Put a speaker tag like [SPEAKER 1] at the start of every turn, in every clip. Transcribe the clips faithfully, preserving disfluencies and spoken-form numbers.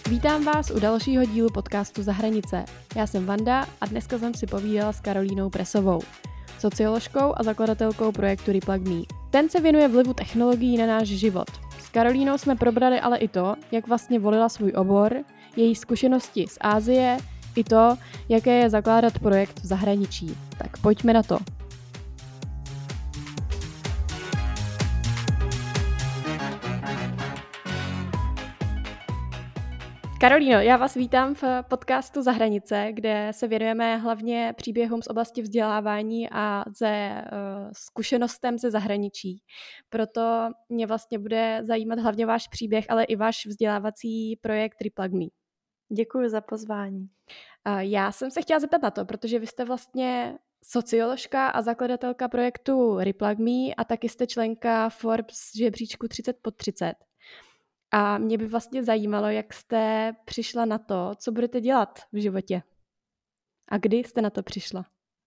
[SPEAKER 1] Vítám vás u dalšího dílu podcastu Za hranice. Já jsem Vanda a dneska jsem si povídala s Karolínou Presovou, socioložkou a zakladatelkou projektu Replug Me. Ten se věnuje vlivu technologií na náš život. S Karolínou jsme probrali ale i to, jak vlastně volila svůj obor, její zkušenosti z Asie, i to, jaké je zakládat projekt v zahraničí. Tak pojďme na to. Karolíno, já vás vítám v podcastu Za hranice, kde se věnujeme hlavně příběhům z oblasti vzdělávání a ze uh, zkušenostem ze zahraničí. Proto mě vlastně bude zajímat hlavně váš příběh, ale i váš vzdělávací projekt Replug Me.
[SPEAKER 2] Děkuji za pozvání.
[SPEAKER 1] Uh, já jsem se chtěla zeptat na to, protože vy jste vlastně socioložka a zakladatelka projektu Replug Me a taky jste členka Forbes žebříčku třicet pod třicet. A mě by vlastně zajímalo, jak jste přišla na to, co budete dělat v životě. A kdy jste na to přišla?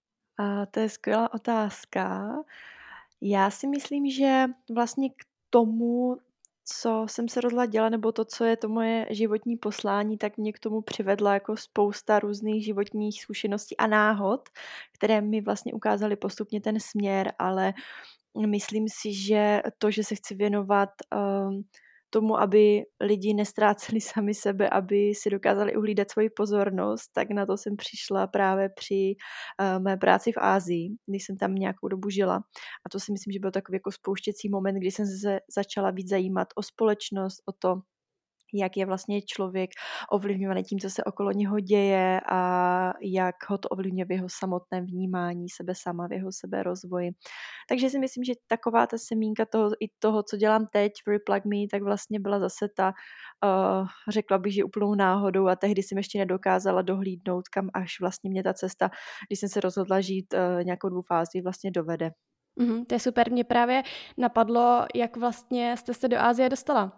[SPEAKER 2] A to je skvělá otázka. Já si myslím, že vlastně k tomu, co jsem se rozhodla dělat, nebo to, co je to moje životní poslání, tak mě k tomu přivedla jako spousta různých životních zkušeností a náhod, které mi vlastně ukázaly postupně ten směr, ale myslím si, že to, že se chci věnovat um, tomu, aby lidi nestráceli sami sebe, aby si dokázali uhlídat svoji pozornost, tak na to jsem přišla právě při uh, mé práci v Asii, když jsem tam nějakou dobu žila. A to si myslím, že byl takový jako spouštěcí moment, kdy jsem se začala víc zajímat o společnost, o to, jak je vlastně člověk ovlivňovaný tím, co se okolo něho děje a jak ho to ovlivňuje v jeho samotném vnímání sebe sama, v jeho seberozvoji. Takže si myslím, že taková ta semínka toho, i toho, co dělám teď v Replug Me, tak vlastně byla zase ta, uh, řekla bych, že úplnou náhodou a tehdy jsem ještě nedokázala dohlídnout, kam až vlastně mě ta cesta, když jsem se rozhodla žít uh, nějakou dvoufází, vlastně dovede.
[SPEAKER 1] Mhm, to je super. Mě právě napadlo, jak vlastně jste se do Asie dostala.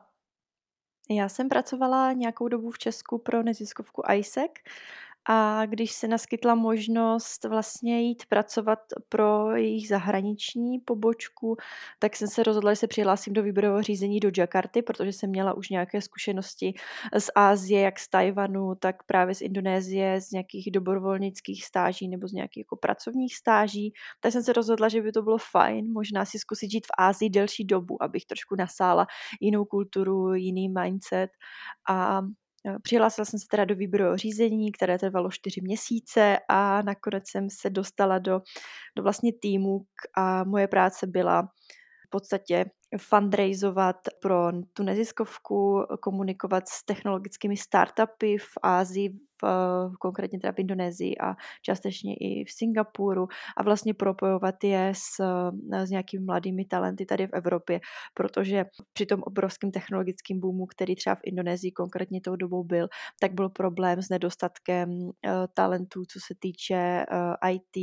[SPEAKER 2] Já jsem pracovala nějakou dobu v Česku pro neziskovku I S E C a když se naskytla možnost vlastně jít pracovat pro jejich zahraniční pobočku, tak jsem se rozhodla, že se přihlásím do výběrového řízení do Jakarty, protože jsem měla už nějaké zkušenosti z Asie, jak z Tajvanu, tak právě z Indonésie, z nějakých dobrovolnických stáží nebo z nějakých jako pracovních stáží. Tak jsem se rozhodla, že by to bylo fajn možná si zkusit žít v Asii delší dobu, abych trošku nasála jinou kulturu, jiný mindset a přihlásila jsem se teda do výběrového řízení, které trvalo čtyři měsíce a nakonec jsem se dostala do, do vlastně týmu a moje práce byla v podstatě fundraizovat pro tu neziskovku, komunikovat s technologickými startupy v Asii, v, konkrétně teda v Indonésii a částečně i v Singapuru a vlastně propojovat je s, s nějakými mladými talenty tady v Evropě, protože při tom obrovském technologickém boomu, který třeba v Indonésii konkrétně tou dobou byl, tak byl problém s nedostatkem uh, talentů, co se týče uh, I T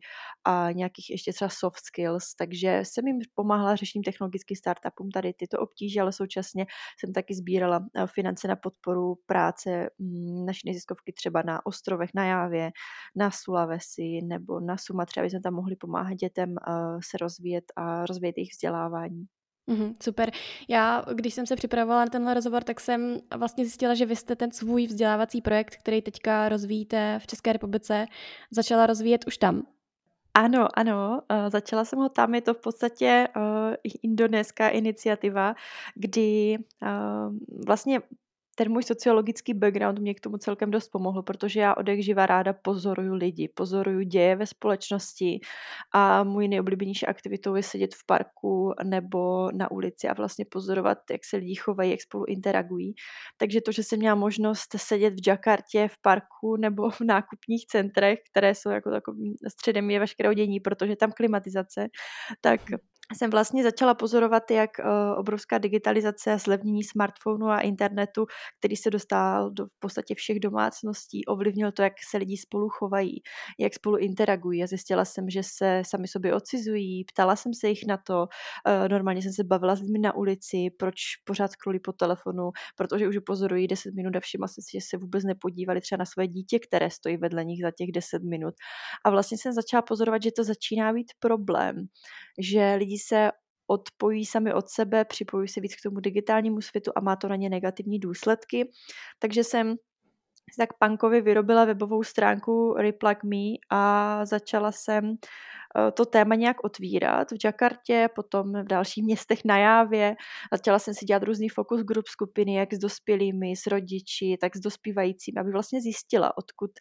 [SPEAKER 2] a nějakých ještě třeba soft skills, takže jsem jim pomáhala řešením technologických startupům tady tyto obtíže, ale současně jsem taky sbírala finance na podporu práce naší neziskovky třeba na ostrovech na Jávě, na Sulawesi nebo na Sumatře, aby jsme tam mohli pomáhat dětem se rozvíjet a rozvíjet jejich vzdělávání.
[SPEAKER 1] Mhm, super. Já, když jsem se připravovala na tenhle rozhovor, tak jsem vlastně zjistila, že vy jste ten svůj vzdělávací projekt, který teďka rozvíjíte v České republice, začala rozvíjet už tam.
[SPEAKER 2] Ano, ano, uh, začala jsem ho tam, je to v podstatě uh, indonéská iniciativa, kdy uh, vlastně ten můj sociologický background mě k tomu celkem dost pomohl, protože já odjakživa ráda pozoruju lidi, pozoruju děje ve společnosti a můj nejoblíbenější aktivitou je sedět v parku nebo na ulici a vlastně pozorovat, jak se lidi chovají, jak spolu interagují. Takže to, že jsem měla možnost sedět v Jakartě v parku nebo v nákupních centrech, které jsou jako takovým středem je veškerého dění, protože tam klimatizace, tak jsem vlastně začala pozorovat, jak uh, obrovská digitalizace a zlevnění smartphonu a internetu, který se dostal do v podstatě všech domácností, ovlivnil to, jak se lidi spolu chovají, jak spolu interagují. A zjistila jsem, že se sami sobě odcizují, ptala jsem se jich na to, uh, normálně jsem se bavila s lidmi na ulici, proč pořád scrollují po telefonu, protože už pozorují deset minut a všimla jsem si, že se vůbec nepodívali třeba na své dítě, které stojí vedle nich za těch deset minut. A vlastně jsem začala pozorovat, že to začíná být problém, že lidi se odpojí sami od sebe, připojují se víc k tomu digitálnímu světu a má to na ně negativní důsledky. Takže jsem tak punkově vyrobila webovou stránku Replug Me a začala jsem to téma nějak otvírat v Jakartě, potom v dalších městech na Jávě. Začala jsem si dělat různý focus group skupiny, jak s dospělými, s rodiči, tak s dospívajícími, aby vlastně zjistila, odkud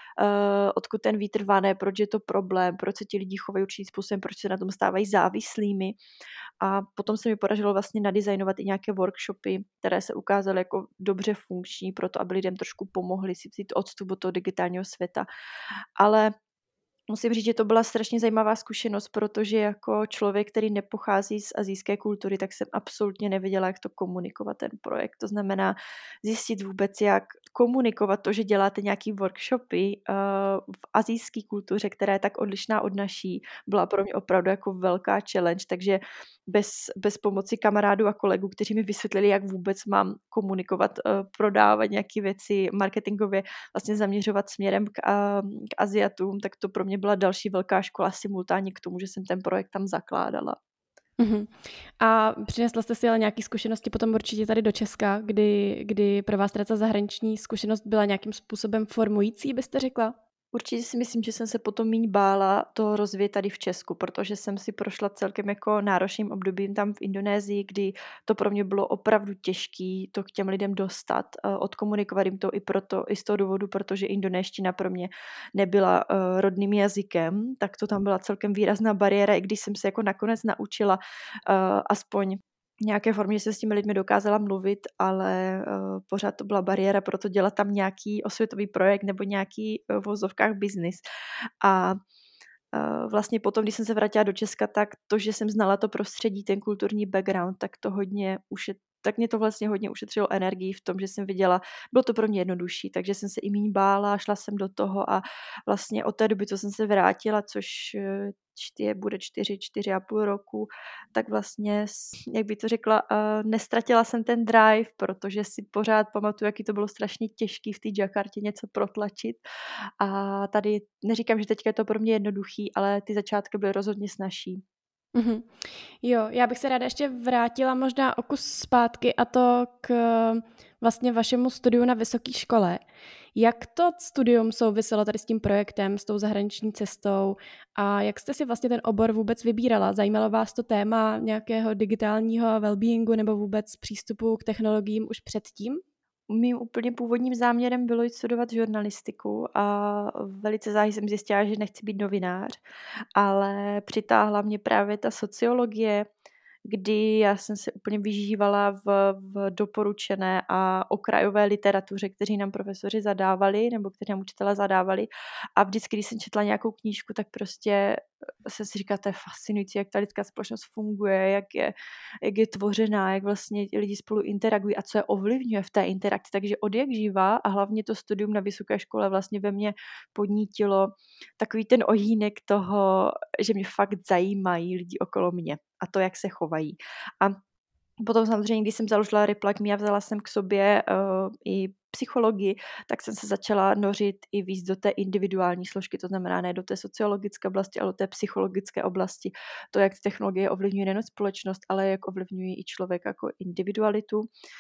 [SPEAKER 2] Uh, odkud ten vítr vane, proč je to problém, proč se ti lidi chovají určitým způsobem, proč se na tom stávají závislými. A potom se mi podařilo vlastně nadizajnovat i nějaké workshopy, které se ukázaly jako dobře funkční pro to, aby lidem trošku pomohli si vzít odstup od toho digitálního světa. Ale musím říct, že to byla strašně zajímavá zkušenost, protože jako člověk, který nepochází z asijské kultury, tak jsem absolutně nevěděla, jak to komunikovat ten projekt. To znamená zjistit vůbec, jak komunikovat to, že děláte nějaký workshopy uh, v asijské kultuře, která je tak odlišná od naší, byla pro mě opravdu jako velká challenge, takže bez, bez pomoci kamarádů a kolegů, kteří mi vysvětlili, jak vůbec mám komunikovat, uh, prodávat nějaké věci, marketingově vlastně zaměřovat směrem k, uh, k Asiatům, tak to pro mě byla další velká škola simultánně k tomu, že jsem ten projekt tam zakládala.
[SPEAKER 1] Uhum. A přinesla jste si ale nějaké zkušenosti potom určitě tady do Česka, kdy, kdy pro vás teda ta zahraniční zkušenost byla nějakým způsobem formující, byste řekla?
[SPEAKER 2] Určitě si myslím, že jsem se potom míň bála toho rozvíjet tady v Česku, protože jsem si prošla celkem jako náročným obdobím tam v Indonésii, kdy to pro mě bylo opravdu těžké to k těm lidem dostat, odkomunikovat jim to i, proto, i z toho důvodu, protože indonéština pro mě nebyla uh, rodným jazykem, tak to tam byla celkem výrazná bariéra, i když jsem se jako nakonec naučila uh, aspoň nějaké formě se s těmi lidmi dokázala mluvit, ale uh, pořád to byla bariéra pro to dělat tam nějaký osvětový projekt nebo nějaký uh, v vozovkách biznis. A uh, vlastně potom, když jsem se vrátila do Česka, tak to, že jsem znala to prostředí, ten kulturní background, tak to hodně ušet, tak mě to vlastně hodně ušetřilo energii v tom, že jsem viděla, bylo to pro mě jednodušší, takže jsem se i méně bála, šla jsem do toho a vlastně od té doby, co jsem se vrátila, což čtyři, bude čtyři, čtyři a půl roku, tak vlastně, jak by to řekla, uh, nestratila jsem ten drive, protože si pořád pamatuju, jaký to bylo strašně těžký v té Jakartě něco protlačit. A tady neříkám, že teďka je to pro mě jednoduchý, ale ty začátky byly rozhodně snazší.
[SPEAKER 1] Mm-hmm. Jo, já bych se ráda ještě vrátila možná o kus zpátky a to k vlastně vašemu studiu na vysoké škole. Jak to studium souviselo tady s tím projektem, s tou zahraniční cestou a jak jste si vlastně ten obor vůbec vybírala? Zajímalo vás to téma nějakého digitálního wellbeingu nebo vůbec přístupu k technologiím už předtím?
[SPEAKER 2] Mým úplně původním záměrem bylo jít studovat žurnalistiku a velice záhy jsem zjistila, že nechci být novinář, ale přitáhla mě právě ta sociologie, kdy já jsem se úplně vyžívala v, v doporučené a okrajové literatuře, kteří nám profesoři zadávali, nebo kteří nám učitelé zadávali. A vždycky, když jsem četla nějakou knížku, tak prostě jsem si říkala, to je fascinující, jak ta lidská společnost funguje, jak je, jak je tvořená, jak vlastně lidi spolu interagují a co je ovlivňuje v té interakci. Takže od jak živá a hlavně to studium na vysoké škole vlastně ve mně podnítilo takový ten ohýnek toho, že mě fakt zajímají lidi okolo mě a to, jak se chovají. A potom samozřejmě, když jsem založila Replug Me a vzala jsem k sobě uh, i psychologii, tak jsem se začala nořit i víc do té individuální složky, to znamená ne do té sociologické oblasti, ale do té psychologické oblasti. To, jak technologie ovlivňují nejen společnost, ale jak ovlivňují i člověka jako individualitu.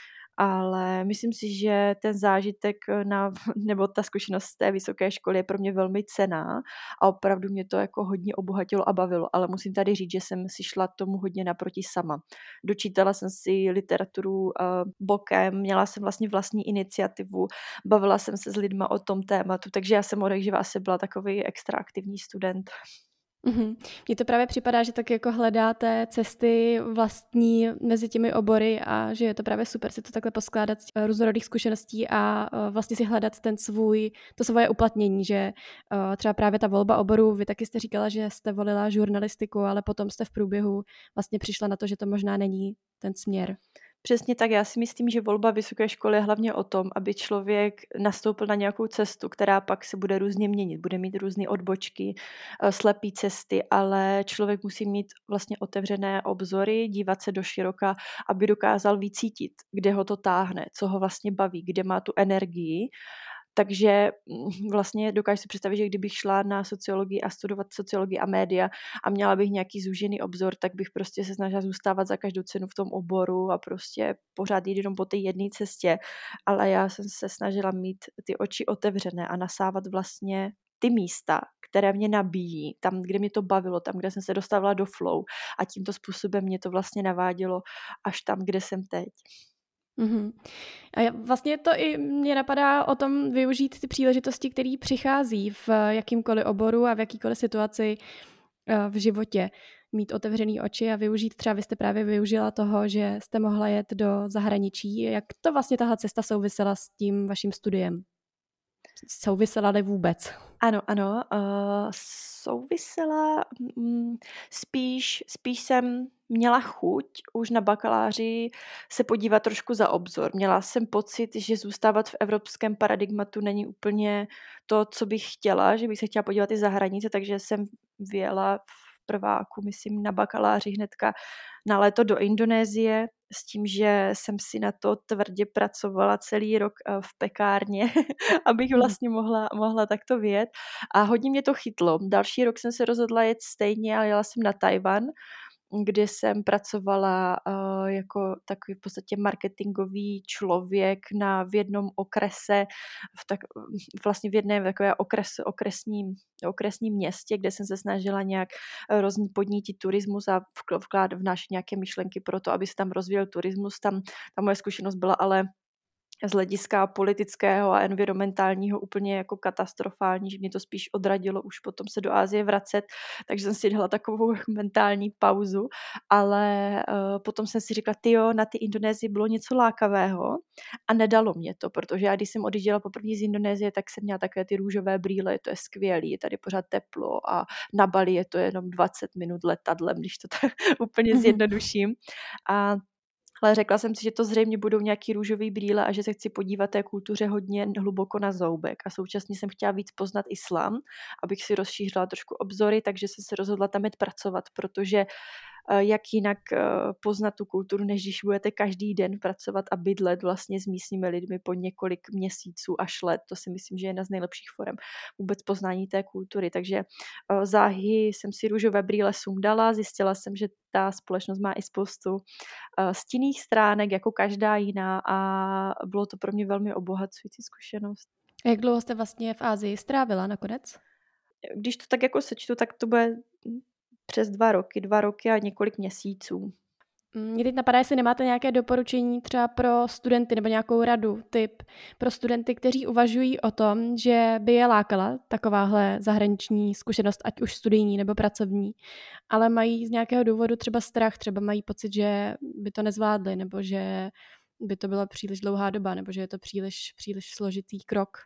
[SPEAKER 2] Ale myslím si, že ten zážitek na, nebo ta zkušenost z té vysoké školy je pro mě velmi cenná a opravdu mě to jako hodně obohatilo a bavilo, ale musím tady říct, že jsem si šla tomu hodně naproti sama. Dočítala jsem si literaturu uh, bokem, měla jsem vlastně vlastní iniciativu, bavila jsem se s lidma o tom tématu, takže já jsem odjakživa asi byla takový extra aktivní student.
[SPEAKER 1] Mhm. Mně to právě připadá, že tak jako hledáte cesty vlastní mezi těmi obory a že je to právě super si to takhle poskládat z různorodých zkušeností a vlastně si hledat ten svůj, to svoje uplatnění, že třeba právě ta volba oboru, vy taky jste říkala, že jste volila žurnalistiku, ale potom jste v průběhu vlastně přišla na to, že to možná není ten směr.
[SPEAKER 2] Přesně tak, já si myslím, že volba vysoké školy je hlavně o tom, aby člověk nastoupil na nějakou cestu, která pak se bude různě měnit, bude mít různé odbočky, slepý cesty, ale člověk musí mít vlastně otevřené obzory, dívat se do široka, aby dokázal vycítit, kde ho to táhne, co ho vlastně baví, kde má tu energii. Takže mm, vlastně dokážu si představit, že kdybych šla na sociologii a studovat sociologii a média a měla bych nějaký zúžený obzor, tak bych prostě se snažila zůstávat za každou cenu v tom oboru a prostě pořád jít jenom po té jedné cestě. Ale já jsem se snažila mít ty oči otevřené a nasávat vlastně ty místa, které mě nabíjí, tam, kde mě to bavilo, tam, kde jsem se dostávala do flow a tímto způsobem mě to vlastně navádělo až tam, kde jsem teď.
[SPEAKER 1] Mhm. A já- vlastně to i mě napadá o tom využít ty příležitosti, které přichází v jakýmkoliv oboru a v jakýkoliv situaci eh, v životě. Mít otevřený oči a využít, třeba vy jste právě využila toho, že jste mohla jet do zahraničí. Jak to vlastně tahle cesta souvisela s tím vaším studiem? Souvisela-li vůbec?
[SPEAKER 2] Ano, ano, uh, souvisela, mm, spíš, spíš jsem měla chuť už na bakaláři se podívat trošku za obzor. Měla jsem pocit, že zůstávat v evropském paradigmatu není úplně to, co bych chtěla, že bych se chtěla podívat i za hranice, takže jsem vyjela v prváku, myslím, na bakaláři hnedka na léto do Indonésie s tím, že jsem si na to tvrdě pracovala celý rok eh, v pekárně, abych
[SPEAKER 1] Mhm.
[SPEAKER 2] vlastně mohla, mohla takto vyjet. A hodně mě to chytlo. Další rok jsem se rozhodla jet stejně, ale jela jsem na Tajvan, kde jsem pracovala uh, jako takový v podstatě marketingový člověk na v jednom okrese, v tak, vlastně v jedné takové okres, okresním, okresním městě, kde jsem se snažila nějak eh, roz, podnítit turismus a vkl- vkládat vnášet nějaké myšlenky pro to, aby se tam rozvíjel turismus. Tam ta moje zkušenost byla ale z hlediska politického a environmentálního úplně jako katastrofální, že mě to spíš odradilo už potom se do Asie vracet, takže jsem si dala takovou mentální pauzu, ale uh, potom jsem si řekla, tyjo, na ty Indonésii bylo něco lákavého a nedalo mě to, protože já když jsem odjížděla poprvé z Indonésie, tak jsem měla takové ty růžové brýle, to je skvělý, je tady pořád teplo a na Bali je to jenom dvacet minut letadlem, když to tak úplně
[SPEAKER 1] Mhm.
[SPEAKER 2] zjednoduším. A ale řekla jsem si, že to zřejmě budou nějaký růžový brýle a že se chci podívat té kultuře hodně hluboko na zoubek. A současně jsem chtěla víc poznat islám, abych si rozšířila trošku obzory, takže jsem se rozhodla tam jít pracovat, protože eh, jak jinak eh, poznat tu kulturu, než když budete každý den pracovat a bydlet vlastně s místními lidmi po několik měsíců až let. To si myslím, že je jedna z nejlepších forem vůbec poznání té kultury. Takže eh, záhy jsem si růžové brýle sundala, zjistila jsem, že ta společnost má i spoustu eh, stinných stránek, jako každá jiná a bylo to pro mě velmi obohacující zkušenost.
[SPEAKER 1] A jak dlouho jste vlastně v Asii strávila nakonec?
[SPEAKER 2] Když to tak jako sečtu, tak to bude hm, přes dva roky, dva roky a několik měsíců.
[SPEAKER 1] Mm, Mě teď napadá, jestli nemáte nějaké doporučení třeba pro studenty nebo nějakou radu, tip pro studenty, kteří uvažují o tom, že by je lákala takováhle zahraniční zkušenost, ať už studijní nebo pracovní, ale mají z nějakého důvodu třeba strach, třeba mají pocit, že by to nezvládli, nebo že by to byla příliš dlouhá doba, nebo že je to příliš, příliš složitý krok.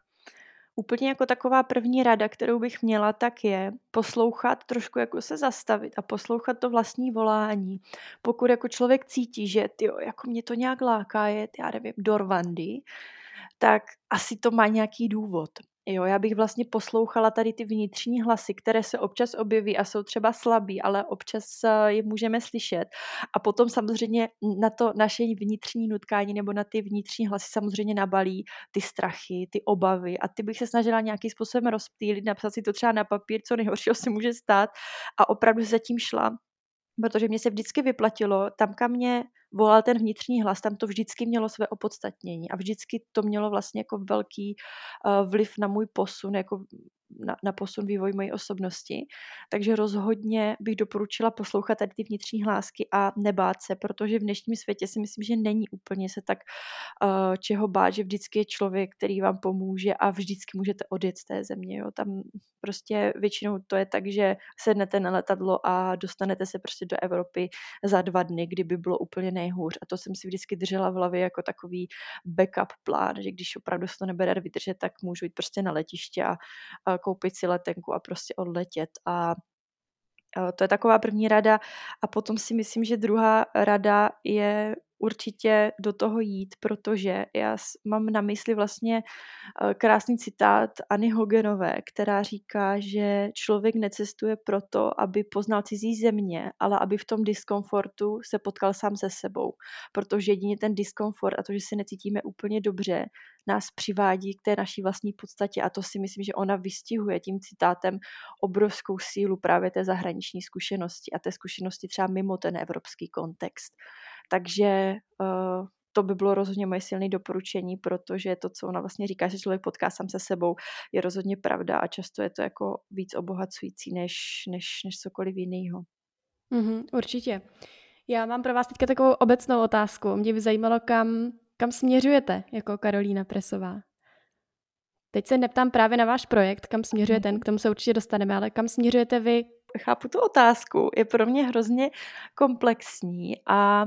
[SPEAKER 2] Úplně jako taková první rada, kterou bych měla, tak je poslouchat, trošku jako se zastavit a poslouchat to vlastní volání. Pokud jako člověk cítí, že tyjo, jako mě to nějak láká jet, já nevím, do Rwandy, tak asi to má nějaký důvod. Jo, já bych vlastně poslouchala tady ty vnitřní hlasy, které se občas objeví a jsou třeba slabý, ale občas eh, je můžeme slyšet. A potom samozřejmě na to naše vnitřní nutkání nebo na ty vnitřní hlasy samozřejmě nabalí ty strachy, ty obavy a ty bych se snažila nějakým způsobem rozptýlit, napsat si to třeba na papír, co nejhoršího se může stát a opravdu se zatím šla. Protože mě se vždycky vyplatilo, tam, kam mě volal ten vnitřní hlas, tam to vždycky mělo své opodstatnění a vždycky to mělo vlastně jako velký uh, vliv na můj posun, jako na, na posun vývoj mojí osobnosti. Takže rozhodně bych doporučila poslouchat tady ty vnitřní hlásky a nebát se, protože v dnešním světě si myslím, že není úplně se tak uh, čeho bát, že vždycky je člověk, který vám pomůže a vždycky můžete odjet z té země. Jo. Tam prostě většinou to je tak, že sednete na letadlo a dostanete se prostě do Evropy za dva dny, kdyby bylo úplně nejhůř. A to jsem si vždycky držela v hlavě jako takový backup plán, že když opravdu se to nebude vydržet, tak můžu jít prostě na letiště a, a koupit si letenku a prostě odletět. A a to je taková první rada. A potom si myslím, že druhá rada je určitě do toho jít, protože já mám na mysli vlastně krásný citát Anny Hoganové, která říká, že člověk necestuje proto, aby poznal cizí země, ale aby v tom diskomfortu se potkal sám se sebou. Protože jedině ten diskomfort a to, že se necítíme úplně dobře, nás přivádí k té naší vlastní podstatě a to si myslím, že ona vystihuje tím citátem obrovskou sílu právě té zahraniční zkušenosti a té zkušenosti třeba mimo ten evropský kontext. Takže uh, to by bylo rozhodně moje silné doporučení, protože to, co ona vlastně říká, že člověk potká sám se sebou, je rozhodně pravda a často je to jako víc obohacující než, než, než cokoliv jiného.
[SPEAKER 1] Mm-hmm, určitě. Já mám pro vás teďka takovou obecnou otázku. Mě by zajímalo, kam, kam směřujete jako Karolína Presová. Teď se neptám právě na váš projekt, kam směřuje ten, k tomu se určitě dostaneme, ale kam směřujete vy?
[SPEAKER 2] Chápu tu otázku, je pro mě hrozně komplexní a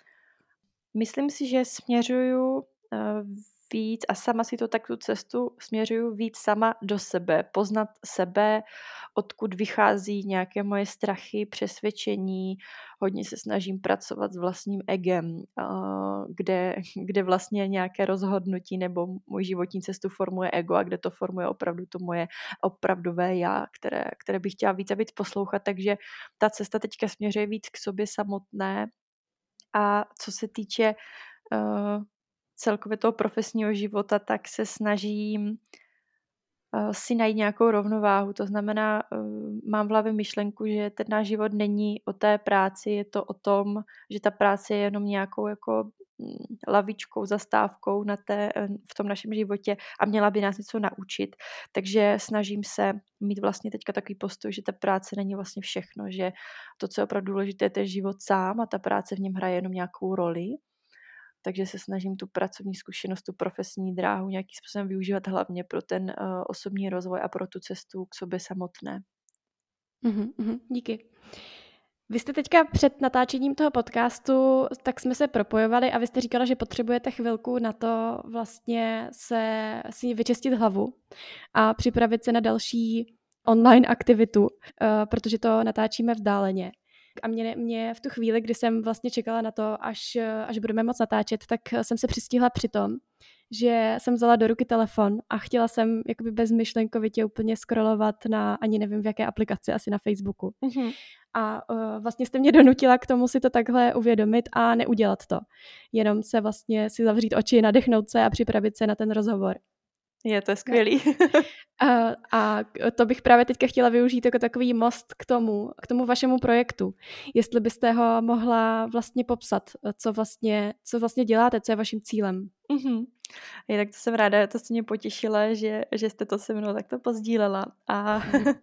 [SPEAKER 2] myslím si, že směřuju uh, víc a sama si to tak tu cestu směřuju víc sama do sebe, poznat sebe, odkud vychází nějaké moje strachy, přesvědčení, hodně se snažím pracovat s vlastním egem, uh, kde, kde vlastně nějaké rozhodnutí nebo můj životní cestu formuje ego a kde to formuje opravdu to moje opravdové já, které, které bych chtěla víc a víc poslouchat, takže ta cesta teďka směřuje víc k sobě samotné. A co se týče uh, celkově toho profesního života, tak se snažím uh, si najít nějakou rovnováhu. To znamená, uh, mám v hlavě myšlenku, že ten náš život není o té práci, je to o tom, že ta práce je jenom nějakou jako mm, lavičkou, zastávkou na té, v tom našem životě a měla by nás něco naučit. Takže snažím se mít vlastně teďka takový postoj, že ta práce není vlastně všechno, že to, co je opravdu důležité, je ten život sám a ta práce v něm hraje jenom nějakou roli. Takže se snažím tu pracovní zkušenost, tu profesní dráhu nějakým způsobem využívat hlavně pro ten uh, osobní rozvoj a pro tu cestu k sobě samotné.
[SPEAKER 1] Uhum, uhum, díky. Vy jste teďka před natáčením toho podcastu, tak jsme se propojovali a vy jste říkala, že potřebujete chvilku na to vlastně se si vyčistit hlavu a připravit se na další online aktivitu, uh, protože to natáčíme vzdáleně. A mě, mě v tu chvíli, kdy jsem vlastně čekala na to, až, až budeme moc natáčet, tak jsem se přistihla při tom, že jsem vzala do ruky telefon a chtěla jsem jakoby bezmyšlenkovitě úplně scrollovat na, ani nevím v jaké aplikaci, asi na Facebooku.
[SPEAKER 2] Mm-hmm.
[SPEAKER 1] A uh, vlastně jste mě donutila k tomu si to takhle uvědomit a neudělat to. Jenom se vlastně si zavřít oči, nadechnout se a připravit se na ten rozhovor.
[SPEAKER 2] Je to skvělý.
[SPEAKER 1] a, a to bych právě teďka chtěla využít jako takový most k tomu, k tomu vašemu projektu. Jestli byste ho mohla vlastně popsat, co vlastně, co vlastně děláte, co je vaším cílem.
[SPEAKER 2] Mm-hmm. Je, tak to jsem ráda, to jste mě potěšila, že, že jste to se mnou takto pozdílela. A,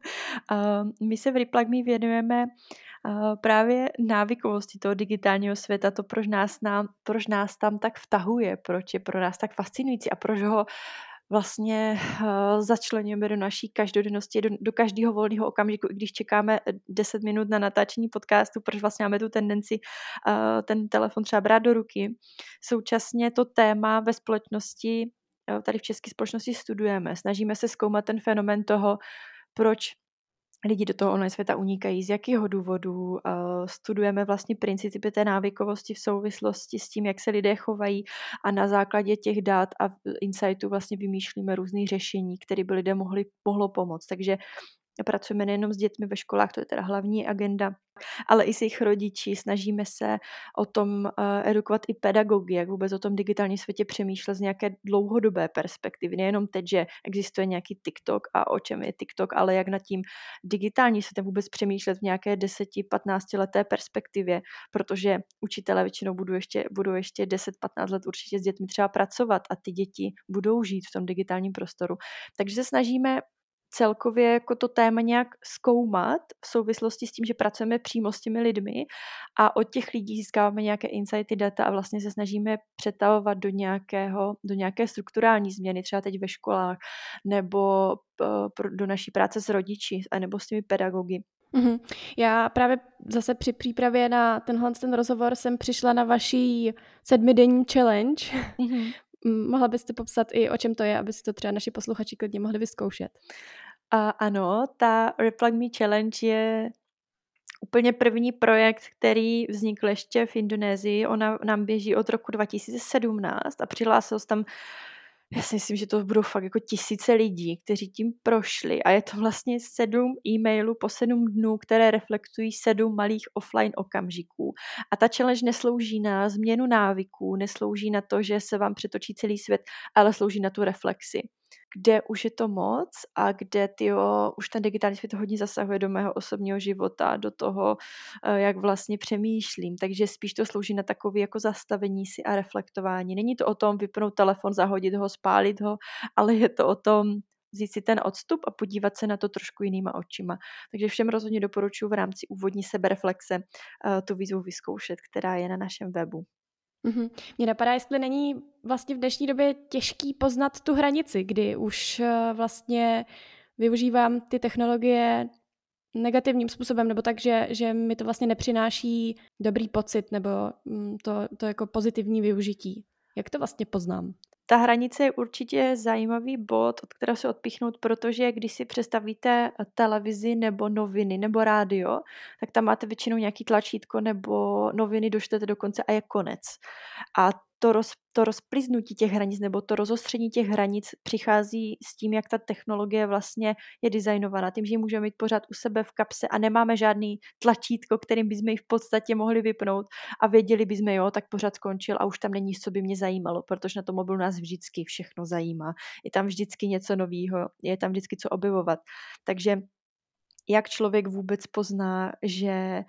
[SPEAKER 2] a my se v Replug.me věnujeme a právě návykovosti toho digitálního světa, to proč nás, nám, proč nás tam tak vtahuje, proč je pro nás tak fascinující a proč ho vlastně uh, začlenujeme do naší každodennosti, do, do každého volného okamžiku, i když čekáme deset minut na natáčení podcastu, proč vlastně máme tu tendenci uh, ten telefon třeba brát do ruky. Současně to téma ve společnosti, uh, tady v české společnosti studujeme. Snažíme se zkoumat ten fenomén toho, proč lidi do toho online světa unikají, z jakého důvodu. Uh, studujeme vlastně principy té návykovosti v souvislosti s tím, jak se lidé chovají a na základě těch dat a insightů vlastně vymýšlíme různé řešení, které by lidé mohli, mohlo pomoct. Takže pracujeme nejenom s dětmi ve školách, to je teda hlavní agenda, ale i s jejich rodiči. Snažíme se o tom uh, edukovat i pedagogy, jak vůbec o tom digitálním světě přemýšlet z nějaké dlouhodobé perspektivy. Nejenom teď, že existuje nějaký TikTok a o čem je TikTok, ale jak nad tím digitální světem vůbec přemýšlet v nějaké deseti patnácti leté perspektivě, protože učitelé většinou budou ještě, budou ještě deset patnáct let určitě s dětmi třeba pracovat a ty děti budou žít v tom digitálním prostoru. Takže se snažíme celkově jako to téma nějak zkoumat v souvislosti s tím, že pracujeme přímo s těmi lidmi a od těch lidí získáváme nějaké insighty, data a vlastně se snažíme přetavovat do nějakého, do nějaké strukturální změny, třeba teď ve školách, nebo uh, do naší práce s rodiči, nebo s těmi pedagogy.
[SPEAKER 1] Mm-hmm. Já právě zase při přípravě na tenhle ten rozhovor jsem přišla na vaší sedmidenní challenge. Mm-hmm. Mohla byste popsat i o čem to je, aby si to třeba naši posluchači klidně mohli vyzkoušet?
[SPEAKER 2] A ano, ta Replug.me Challenge je úplně první projekt, který vznikl ještě v Indonésii, ona nám běží od roku dva tisíce sedmnáct a přihlásilo se tam, já si myslím, že to budou fakt jako tisíce lidí, kteří tím prošli a je to vlastně sedm e-mailů po sedm dnů, které reflektují sedm malých offline okamžiků. A ta challenge neslouží na změnu návyků, neslouží na to, že se vám přetočí celý svět, ale slouží na tu reflexi, kde už je to moc a kde tyjo, už ten digitální svět hodně zasahuje do mého osobního života, do toho, eh, jak vlastně přemýšlím. Takže spíš to slouží na takové jako zastavení si a reflektování. Není to o tom vypnout telefon, zahodit ho, spálit ho, ale je to o tom vzít si ten odstup a podívat se na to trošku jinýma očima. Takže všem rozhodně doporučuji v rámci úvodní sebereflexe eh, tu výzvu vyzkoušet, která je na našem webu.
[SPEAKER 1] Mhm. Mně napadá, jestli není vlastně v dnešní době těžký poznat tu hranici, kdy už eh, vlastně využívám ty technologie negativním způsobem, nebo tak, že, že mi to vlastně nepřináší dobrý pocit, nebo mm, to, to jako pozitivní využití. Jak to vlastně poznám?
[SPEAKER 2] Ta hranice je určitě zajímavý bod, od kterého se odpíchnout, protože když si představíte televizi nebo noviny nebo rádio, tak tam máte většinou nějaký tlačítko nebo noviny dočtete do konce a je konec. A to, roz, to rozpliznutí těch hranic nebo to rozostření těch hranic přichází s tím, jak ta technologie vlastně je designovaná. Tím, že ji můžeme mít pořád u sebe v kapse a nemáme žádný tlačítko, kterým bychom ji v podstatě mohli vypnout a věděli bychom, jo, tak pořád skončil a už tam není nic, co by mě zajímalo, protože na tom mobilu nás vždycky všechno zajímá. Je tam vždycky něco nového, je tam vždycky co objevovat. Takže jak člověk vůbec pozná, že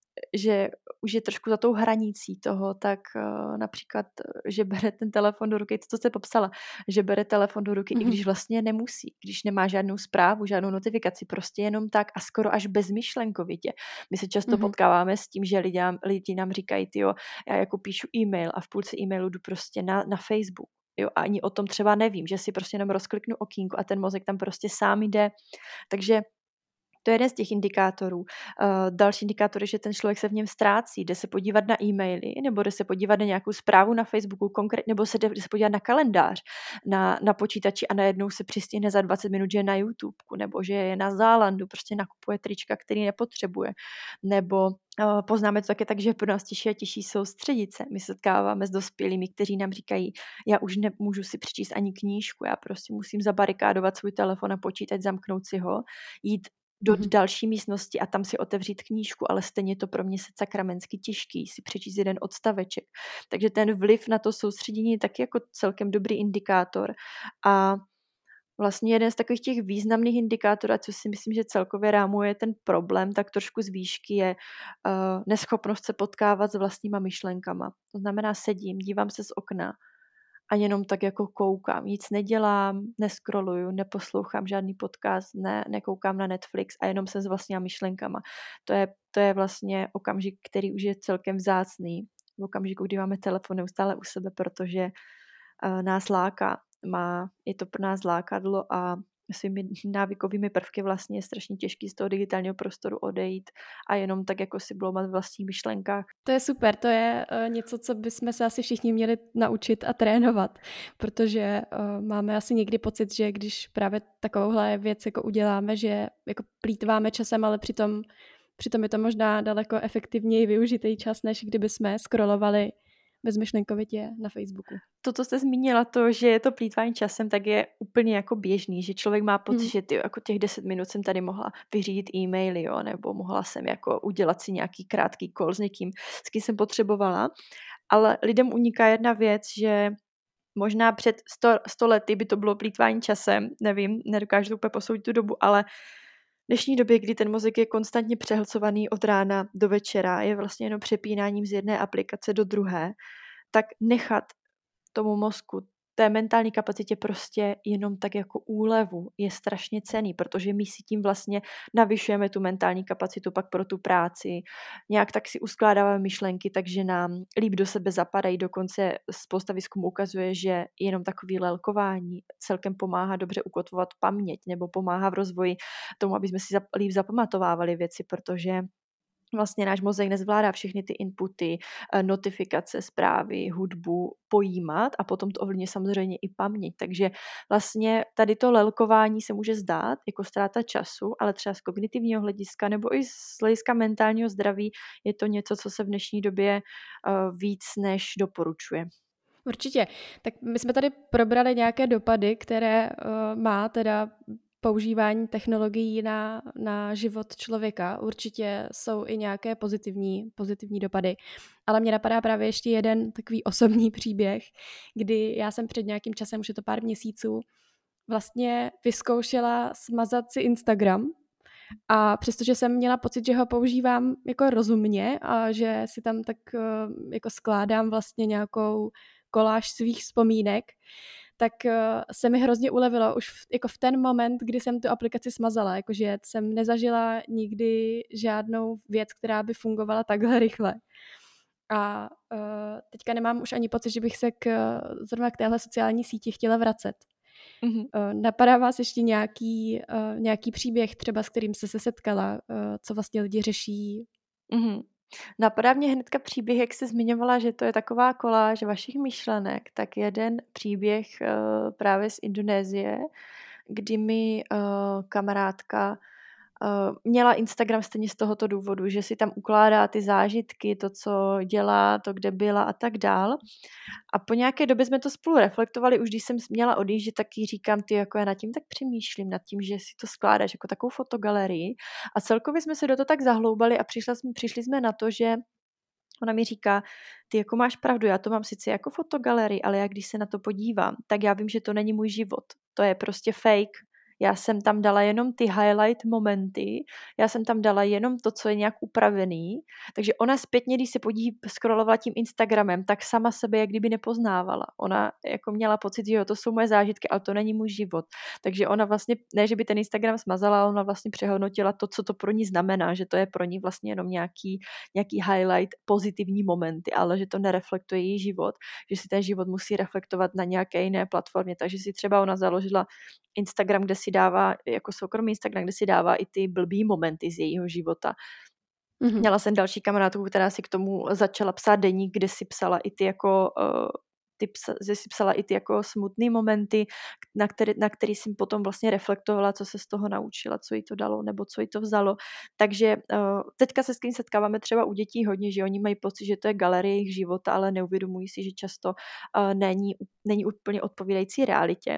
[SPEAKER 2] že už je trošku za tou hranicí toho, tak uh, například, že bere ten telefon do ruky, to, co jste popsala, že bere telefon do ruky, mm-hmm. i když vlastně nemusí, když nemá žádnou zprávu, žádnou notifikaci, prostě jenom tak a skoro až bezmyšlenkovitě. My se často mm-hmm. potkáváme s tím, že lidi nám, lidi nám říkají, tyjo, já jako píšu e-mail a v půlce e-mailu jdu prostě na, na Facebook. Jo, a ani o tom třeba nevím, že si prostě jenom rozkliknu okýnko a ten mozek tam prostě sám jde. Takže to je jeden z těch indikátorů. Uh, další indikátor je, že ten člověk se v něm ztrácí. Jde se podívat na e-maily, nebo jde se podívat na nějakou zprávu na Facebooku, konkrét, nebo se jde, jde se podívat na kalendář na, na počítači a najednou se přistihne za dvacet minut, že je na YouTube, nebo že je na Zálandu, prostě nakupuje trička, který nepotřebuje. Nebo uh, poznáme to také tak, že pro nás těžší a těžší soustředit se. My se setkáváme s dospělými, kteří nám říkají, já už nemůžu si přečíst ani knížku, já prostě musím zabarikádovat svůj telefon a počítač, zamknout si ho, jít do mm-hmm. další místnosti a tam si otevřít knížku, ale stejně to pro mě se sakramensky těžký si přečíst jeden odstaveček. Takže ten vliv na to soustředění je taky jako celkem dobrý indikátor. A vlastně jeden z takových těch významných indikátorů, a co si myslím, že celkově rámuje ten problém, tak trošku z výšky je uh, neschopnost se potkávat s vlastníma myšlenkama. To znamená, sedím, dívám se z okna a jenom tak jako koukám. Nic nedělám, neskroluju, neposlouchám žádný podcast, ne, nekoukám na Netflix a jenom jsem s vlastníma myšlenkama. To je, to je vlastně okamžik, který už je celkem vzácný. V okamžiku, kdy máme telefon neustále u sebe, protože uh, nás láká. Má, je to pro nás lákadlo a svými návykovými prvky vlastně je strašně těžký z toho digitálního prostoru odejít a jenom tak jako si bloumat v vlastních myšlenkách.
[SPEAKER 1] To je super, to je uh, něco, co bychom se asi všichni měli naučit a trénovat, protože uh, máme asi někdy pocit, že když právě takovouhle věc jako uděláme, že jako plýtváme časem, ale přitom, přitom je to možná daleko efektivněji využitý čas, než kdyby jsme scrollovali bezmyšlenkovitě na Facebooku.
[SPEAKER 2] To, co jste zmínila, to, že je to plýtvání časem, tak je úplně jako běžný, že člověk má pocit, mm. že ty, jako těch deset minut jsem tady mohla vyřídit e-maily, jo, nebo mohla jsem jako udělat si nějaký krátký call s někým, s kým jsem potřebovala, ale lidem uniká jedna věc, že možná před sto, sto lety by to bylo plýtvání časem, nevím, nedokážu to úplně posoudit tu dobu, ale v dnešní době, kdy ten mozek je konstantně přehlcovaný od rána do večera, je vlastně jenom přepínáním z jedné aplikace do druhé, tak nechat tomu mozku, té mentální kapacitě prostě jenom tak jako úlevu je strašně cenný, protože my si tím vlastně navyšujeme tu mentální kapacitu pak pro tu práci, nějak tak si uskládáváme myšlenky, takže nám líp do sebe zapadají, dokonce spousta výzkumů ukazuje, že jenom takový lelkování celkem pomáhá dobře ukotvovat paměť nebo pomáhá v rozvoji tomu, aby jsme si líp zapamatovávali věci, protože vlastně náš mozek nezvládá všechny ty inputy, eh, notifikace, zprávy, hudbu pojímat a potom to ovlivňuje samozřejmě i paměť. Takže vlastně tady to lelkování se může zdát jako ztráta času, ale třeba z kognitivního hlediska nebo i z hlediska mentálního zdraví je to něco, co se v dnešní době eh, víc než doporučuje.
[SPEAKER 1] Určitě. Tak my jsme tady probrali nějaké dopady, které uh, má teda používání technologií na, na život člověka. Určitě jsou i nějaké pozitivní, pozitivní dopady. Ale mě napadá právě ještě jeden takový osobní příběh, kdy já jsem před nějakým časem, už je to pár měsíců, vlastně vyzkoušela smazat si Instagram. A přestože jsem měla pocit, že ho používám jako rozumně a že si tam tak uh, jako skládám vlastně nějakou koláž svých vzpomínek, tak uh, se mi hrozně ulevilo už v, jako v ten moment, kdy jsem tu aplikaci smazala, jakože jsem nezažila nikdy žádnou věc, která by fungovala takhle rychle. A uh, teďka nemám už ani pocit, že bych se k, zrovna k téhle sociální síti chtěla vracet.
[SPEAKER 2] Mhm.
[SPEAKER 1] Uh, napadá vás ještě nějaký, uh, nějaký příběh, třeba s kterým jste se setkala, uh, co vlastně lidi řeší?
[SPEAKER 2] Mhm. Napadá mě hnedka příběh, jak jsi zmiňovala, že to je taková koláž vašich myšlenek, tak jeden příběh uh, právě z Indonésie, kdy mi uh, kamarádka uh, měla Instagram stejně z tohoto důvodu, že si tam ukládá ty zážitky, to, co dělá, to, kde byla a tak dál. A po nějaké době jsme to spolu reflektovali, už když jsem měla odjíždět, tak jí říkám, ty jako já nad tím tak přemýšlím, nad tím, že si to skládáš jako takovou fotogalerii. A celkově jsme se do toho tak zahloubali a přišla jsme, přišli jsme na to, že ona mi říká, ty jako máš pravdu, já to mám sice jako fotogalerii, ale já když se na to podívám, tak já vím, že to není můj život. To je prostě fake. Já jsem tam dala jenom ty highlight momenty, já jsem tam dala jenom to, co je nějak upravený, takže ona zpětně, když se podí, scrollovala tím Instagramem, tak sama sebe jak kdyby nepoznávala. Ona jako měla pocit, že jo, to jsou moje zážitky, ale to není můj život. Takže ona vlastně, ne, že by ten Instagram smazala, ona vlastně přehodnotila to, co to pro ní znamená, že to je pro ní vlastně jenom nějaký, nějaký highlight, pozitivní momenty, ale že to nereflektuje její život, že si ten život musí reflektovat na nějaké jiné platformě. Takže si třeba ona založila Instagram, kde si dává, jako soukromý Instagram, kde si dává i ty blbý momenty z jejího života.
[SPEAKER 1] Mhm.
[SPEAKER 2] Měla jsem další kamarádku, která si k tomu začala psát deník, kde si psala i ty jako uh, ty psa, že si psala i ty jako smutné momenty, na který, na který jsem potom vlastně reflektovala, co se z toho naučila, co jí to dalo, nebo co jí to vzalo. Takže uh, teďka se s tím setkáváme třeba u dětí hodně, že oni mají pocit, že to je galerie jejich života, ale neuvědomují si, že často uh, není, není úplně odpovídající realitě.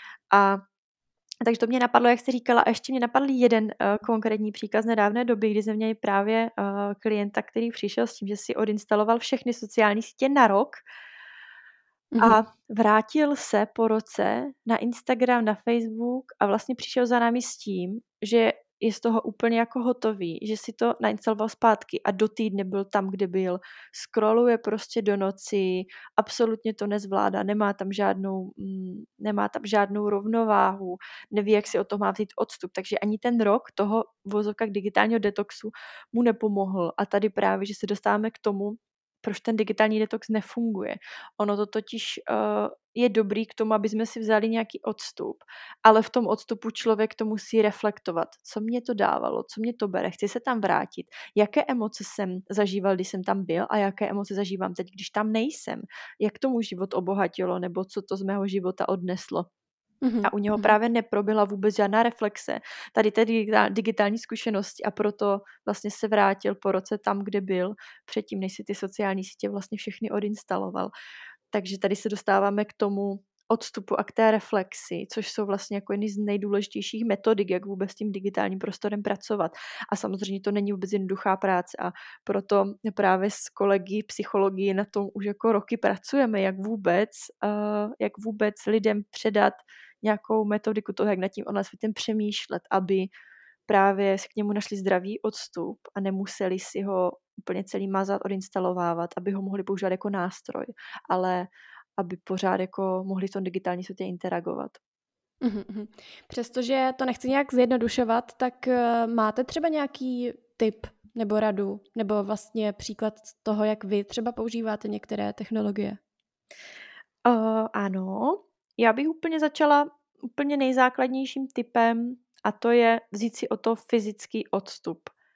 [SPEAKER 2] A takže to mě napadlo, jak jsi říkala, a ještě mě napadl jeden uh, konkrétní příklad z nedávné doby, kdy jsme měli právě uh, klienta, který přišel s tím, že si odinstaloval všechny sociální sítě na rok
[SPEAKER 1] Mhm.
[SPEAKER 2] a vrátil se po roce na Instagram, na Facebook a vlastně přišel za námi s tím, že je z toho úplně jako hotový, že si to nainstaloval zpátky a do týdne byl tam, kde byl. Scrolluje prostě do noci, absolutně to nezvládá, nemá tam žádnou, mm, nemá tam žádnou rovnováhu, neví, jak si o to má vzít odstup. Takže ani ten rok toho vozovka digitálního detoxu mu nepomohl. A tady právě, že se dostáváme k tomu, proč ten digitální detox nefunguje. Ono to totiž uh, je dobrý k tomu, aby jsme si vzali nějaký odstup, ale v tom odstupu člověk to musí reflektovat. Co mě to dávalo, co mě to bere, chci se tam vrátit, jaké emoce jsem zažíval, když jsem tam byl a jaké emoce zažívám teď, když tam nejsem, jak to můj život obohatilo nebo co to z mého života odneslo.
[SPEAKER 1] Mhm.
[SPEAKER 2] A u něho
[SPEAKER 1] Mhm.
[SPEAKER 2] právě neproběhla vůbec žádná reflexe tady té digitální zkušenosti a proto vlastně se vrátil po roce tam, kde byl, předtím, než si ty sociální sítě vlastně všechny odinstaloval. Takže tady se dostáváme k tomu odstupu a k té reflexi, což jsou vlastně jako jedny z nejdůležitějších metodik, jak vůbec s tím digitálním prostorem pracovat. A samozřejmě to není vůbec jednoduchá práce a proto právě s kolegy psychologii na tom už jako roky pracujeme, jak vůbec, uh, jak vůbec lidem předat nějakou metodiku toho, jak nad tím online světem přemýšlet, aby právě si k němu našli zdravý odstup a nemuseli si ho úplně celý mazat, odinstalovávat, aby ho mohli používat jako nástroj, ale aby pořád jako mohli v tom digitálním světě interagovat.
[SPEAKER 1] Mhm. Mhm. Přestože to nechci nějak zjednodušovat, tak uh, máte třeba nějaký tip nebo radu, nebo vlastně příklad toho, jak vy třeba používáte některé technologie?
[SPEAKER 2] Uh, ano, já bych úplně začala úplně nejzákladnějším typem a to je vzít si o to fyzický odstup.